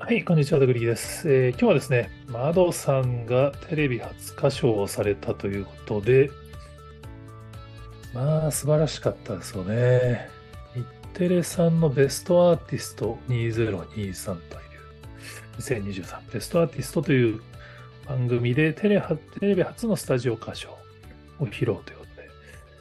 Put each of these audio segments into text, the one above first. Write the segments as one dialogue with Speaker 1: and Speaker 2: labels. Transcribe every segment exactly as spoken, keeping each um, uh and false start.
Speaker 1: はい、こんにちは、ダグリーです。えー今日はですね、マドさんがテレビ初歌唱をされたということで、まあ、素晴らしかったですよね。日テレさんのベストアーティストにせんにじゅうさんという、にせんにじゅうさんベストアーティストという番組でテレ、テレビ初のスタジオ歌唱を披露ということで、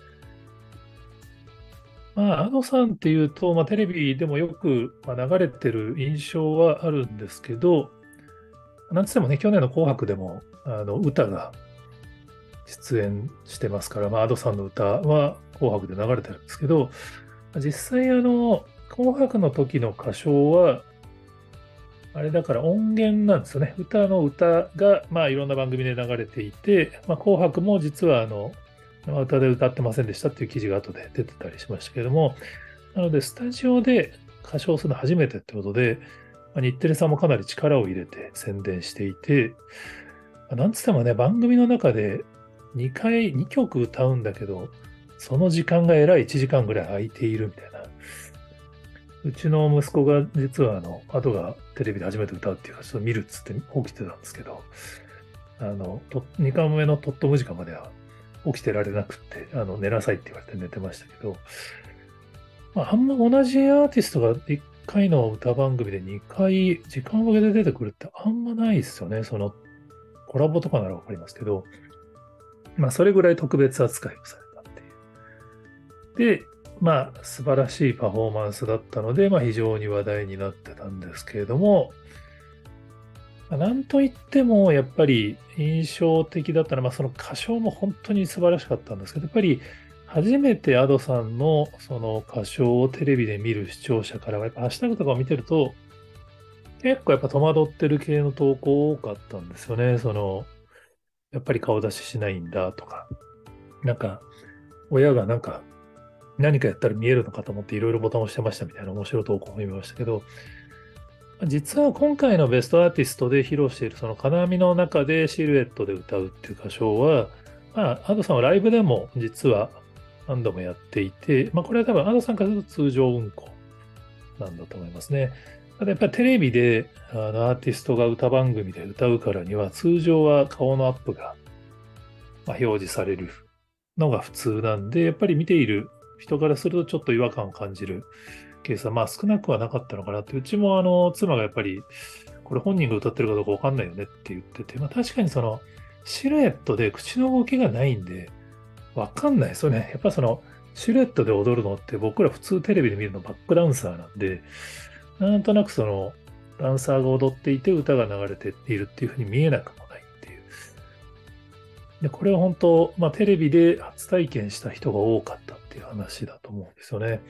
Speaker 1: まあ、アドさんっていうと、まあ、テレビでもよくまあ流れてる印象はあるんですけど、なんつってもね、去年の紅白でも、あの、歌が出演してますから、まあ、Ado さんの歌は紅白で流れてるんですけど、実際、あの、紅白の時の歌唱は、あれだから音源なんですよね。歌の歌が、まあ、いろんな番組で流れていて、まあ、紅白も実は、あの、生歌で歌ってませんでしたっていう記事が後で出てたりしましたけれども、なので、スタジオで歌唱するの初めてってことで、まあ日テレさんもかなり力を入れて宣伝していて、なんつってもね、番組の中でにかい、にきょく歌うんだけど、その時間がえらいいちじかんぐらい空いているみたいな。うちの息子が実はあの、後がテレビで初めて歌うっていうか、ちょっと見るっつって起きてたんですけど、あの、とにかいめのとっとむ時間までは起きてられなくって、あの、寝なさいって言われて寝てましたけど、まあ、あんま同じアーティストがいっかいの歌番組でにかい時間をかけて出てくるってあんまないですよね。そのコラボとかならわかりますけど、まあ、それぐらい特別扱いをされたっていう。で、まあ、素晴らしいパフォーマンスだったので、まあ、非常に話題になってたんですけれども、まあなんといっても、やっぱり印象的だったのは、まあ、その歌唱も本当に素晴らしかったんですけど、やっぱり初めて Ado さんのその歌唱をテレビで見る視聴者からは、やっぱハッシュタグとかを見てると、結構やっぱ戸惑ってる系の投稿多かったんですよね。その、やっぱり顔出ししないんだとか、なんか、親がなんか何かやったら見えるのかと思っていろいろボタンを押してましたみたいな面白い投稿も見ましたけど、実は今回のベストアーティストで披露しているその金網の中でシルエットで歌うっていう歌唱は、まあ、Ado さんはライブでも実は何度もやっていて、まあ、これは多分 Ado さんからすると通常運行なんだと思いますね。ただやっぱりテレビであのアーティストが歌番組で歌うからには通常は顔のアップがまあ表示されるのが普通なんで、やっぱり見ている人からするとちょっと違和感を感じるケースはまあ少なくはなかったのかなって、うちもあの妻がやっぱりこれ本人が歌ってるかどうかわかんないよねって言ってて、まあ確かにそのシルエットで口の動きがないんでわかんないですよね。やっぱそのシルエットで踊るのって僕ら普通テレビで見るのバックダンサーなんで、なんとなくそのダンサーが踊っていて歌が流れているっていうふうに見えなくもないっていう。で、これは本当、まあ、テレビで初体験した人が多かったっていう話だと思うんですよね。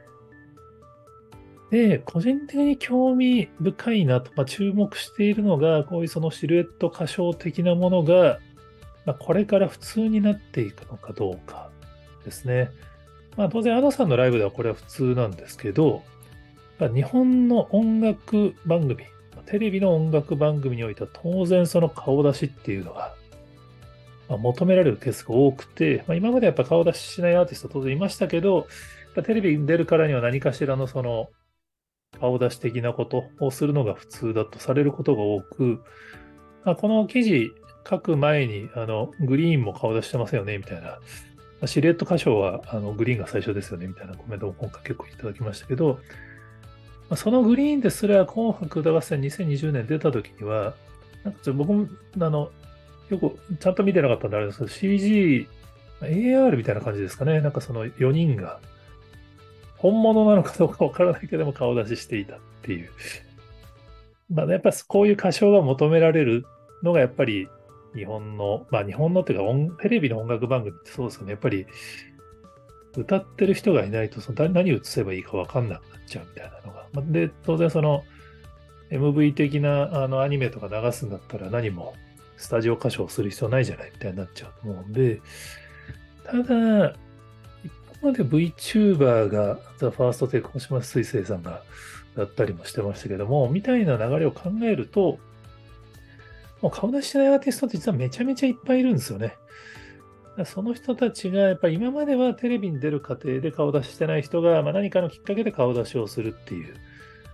Speaker 1: で、個人的に興味深いなと、まあ、注目しているのが、こういうそのシルエット歌唱的なものが、まあ、これから普通になっていくのかどうかですね。まあ、当然、Ado さんのライブではこれは普通なんですけど、まあ日本の音楽番組、テレビの音楽番組においては当然その顔出しっていうのがまあ求められるケースが多くて、まあ、今までやっぱ顔出ししないアーティスト当然いましたけど、やっぱテレビに出るからには何かしらのその顔出し的なことをするのが普通だとされることが多く、まあ、この記事書く前にあのグリーンも顔出してますよねみたいな、まあシルエット歌唱はあのグリーンが最初ですよねみたいなコメントを今回結構いただきましたけど、まあそのグリーンですら紅白歌合戦にせんにじゅうねん出た時には、なんかちょっと僕もあのよくちゃんと見てなかったんであれですけど、シージー、エーアール みたいな感じですかね。なんかそのよにんが本物なのかどうかわからないけども顔出ししていたっていう。まあ、やっぱこういう歌唱が求められるのがやっぱり日本の、まあ日本のっていうか音テレビの音楽番組ってそうですよね。やっぱり歌ってる人がいないとその何を映せばいいかわかんなくなっちゃうみたいなのが。まあで、当然その エムブイ 的なあのアニメとか流すんだったら何もスタジオ歌唱する必要ないじゃないみたいになっちゃうと思うんで、ただ、一方まで VTuber が、ザ・ファーストテイク、小島彗星さんがやったりもしてましたけども、みたいな流れを考えると、もう顔出ししないアーティストって実はめちゃめちゃいっぱいいるんですよね。だからその人たちが、やっぱり今まではテレビに出る過程で顔出ししてない人が、まあ、何かのきっかけで顔出しをするっていう。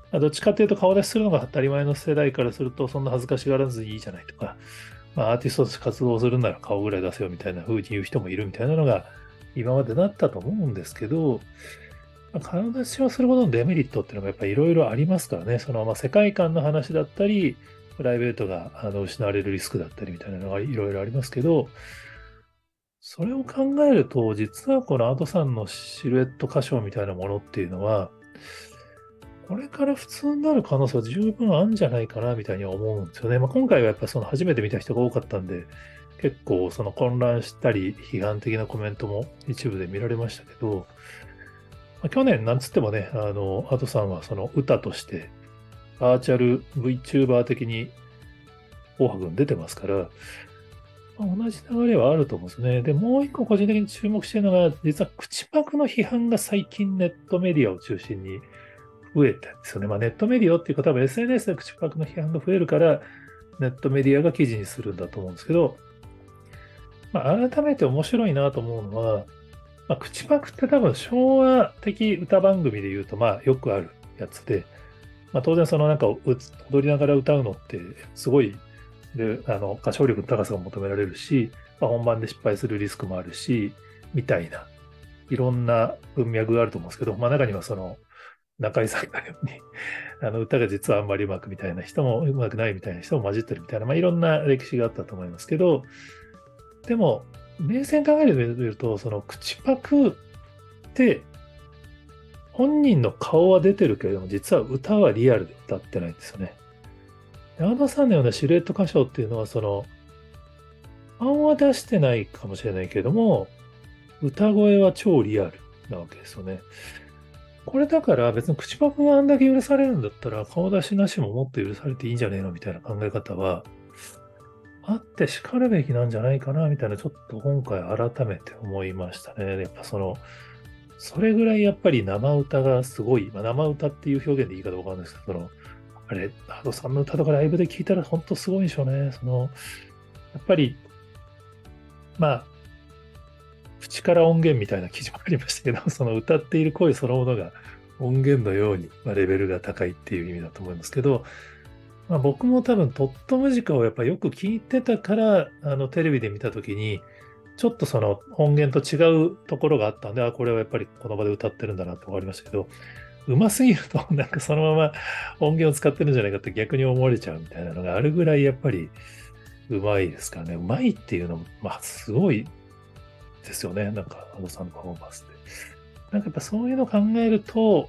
Speaker 1: まあどっちかというと顔出しするのが当たり前の世代からすると、そんな恥ずかしがらずにいいじゃないとか、まあ、アーティストとして活動するなら顔ぐらい出せよみたいな風に言う人もいるみたいなのが今までだったと思うんですけど、まあ顔出しをすることのデメリットっていうのがやっぱりいろいろありますからね。そのまあ世界観の話だったり、プライベートがあの失われるリスクだったりみたいなのがいろいろありますけど、それを考えると、実はこの Ado さんのシルエット歌唱みたいなものっていうのは、これから普通になる可能性は十分あるんじゃないかなみたいには思うんですよね。まあ、今回はやっぱその初めて見た人が多かったんで、結構その混乱したり批判的なコメントも一部で見られましたけど、まあ、去年なんつってもね、あの、Ado さんはその歌としてバーチャル VTuber 的に紅白に出てますから、まあ同じ流れはあると思うんですね。で、もう一個個人的に注目しているのが、実は口パクの批判が最近ネットメディアを中心に増えたんですよね。まあ、ネットメディアっていうか、多分 エスエヌエス で口パクの批判が増えるから、ネットメディアが記事にするんだと思うんですけど、まあ、改めて面白いなと思うのは、まあ、口パクって多分昭和的歌番組で言うと、まあ、よくあるやつで、まあ、当然そのなんかう踊りながら歌うのってすごいであの歌唱力の高さが求められるし、まあ、本番で失敗するリスクもあるし、みたいないろんな文脈があると思うんですけど、まあ、中にはその中井さんのようにあの歌が実はあんまりうまくみたいな人もうまくないみたいな人も混じってるみたいな、まあ、いろんな歴史があったと思いますけど、でも冷静に考えてみると、その口パクって本人の顔は出てるけれども、実は歌はリアルで歌ってないんですよね。Adoさんのようなシルエット歌唱っていうのは、その、顔は出してないかもしれないけれども、歌声は超リアルなわけですよね。これだから別に口パクがあんだけ許されるんだったら、顔出しなしももっと許されていいんじゃねえのみたいな考え方は、あってしかるべきなんじゃないかなみたいな、ちょっと今回改めて思いましたね。やっぱその、それぐらいやっぱり生歌がすごい、まあ、生歌っていう表現でいいかどうかわかんないですけど、その、あれ、Adoさんの歌とかライブで聞いたら本当すごいんでしょうね。その、やっぱり、まあ、口から音源みたいな記事もありましたけど、その歌っている声そのものが音源のように、まあ、レベルが高いっていう意味だと思いますけど、まあ、僕も多分トットムジカをやっぱよく聞いてたから、あのテレビで見たときに、ちょっとその音源と違うところがあったんで、あ、これはやっぱりこの場で歌ってるんだなって分かりましたけど、うますぎると、なんかそのまま音源を使ってるんじゃないかって逆に思われちゃうみたいなのがあるぐらいやっぱりうまいですからね。うまいっていうのも、まあすごいですよね。なんか、Adoさんのパフォーマンスで。なんかやっぱそういうのを考えると、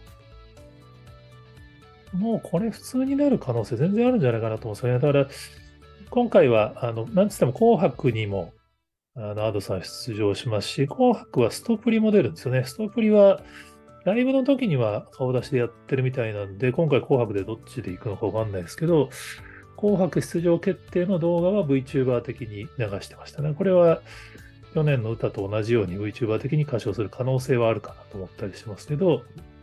Speaker 1: もうこれ普通になる可能性全然あるんじゃないかなと思うんですよね。だから、今回は、あの、なんつっても紅白にも、あの、Adoさん出場しますし、紅白はストプリも出るんですよね。ストプリは、ライブの時には顔出しでやってるみたいなんで、今回紅白でどっちで行くのかわかんないですけど、紅白出場決定の動画は VTuber 的に流してましたね。これは去年の歌と同じように VTuber 的に歌唱する可能性はあるかなと思ったりしますけど、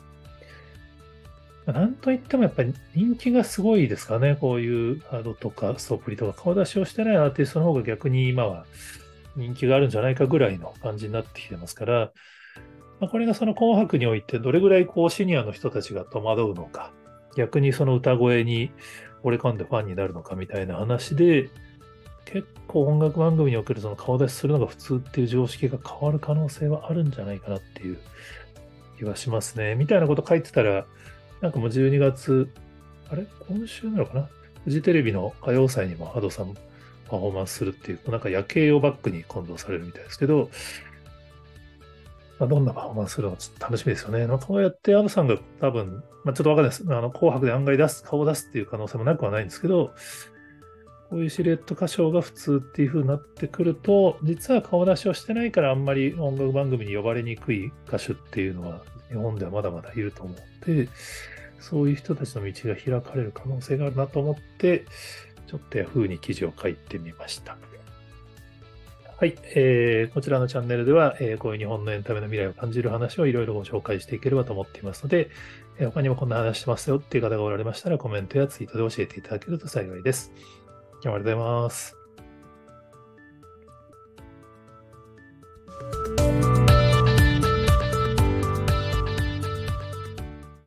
Speaker 1: なんといってもやっぱり人気がすごいですかね。こういうハードとかストプリとか顔出しをしてないアーティストの方が逆に今は人気があるんじゃないかぐらいの感じになってきてますから、まあ、これがその紅白においてどれぐらいこうシニアの人たちが戸惑うのか、逆にその歌声に惚れ込んでファンになるのかみたいな話で、結構音楽番組におけるその顔出しするのが普通っていう常識が変わる可能性はあるんじゃないかなっていう気はしますね。みたいなこと書いてたら、なんかもうじゅうにがつ、あれ今週なのかな、フジテレビの歌謡祭にも Ado さんパフォーマンスするっていう、なんか夜景をバックに今度されるみたいですけど、まあ、どんなパフォーマンスするのかちょっと楽しみですよね。まあ、こうやって Ado さんが多分、まあ、ちょっとわかんないです。あの紅白で案外出す、顔を出すっていう可能性もなくはないんですけど、こういうシルエット歌唱が普通っていう風になってくると、実は顔出しをしてないからあんまり音楽番組に呼ばれにくい歌手っていうのは日本ではまだまだいると思うので、そういう人たちの道が開かれる可能性があるなと思って、ちょっと Yahoo に記事を書いてみました。はい、えー、こちらのチャンネルでは、えー、こういう日本のエンタメの未来を感じる話をいろいろご紹介していければと思っていますので、えー、他にもこんな話してますよっていう方がおられましたら、コメントやツイートで教えていただけると幸いです。今日はありがとうございます。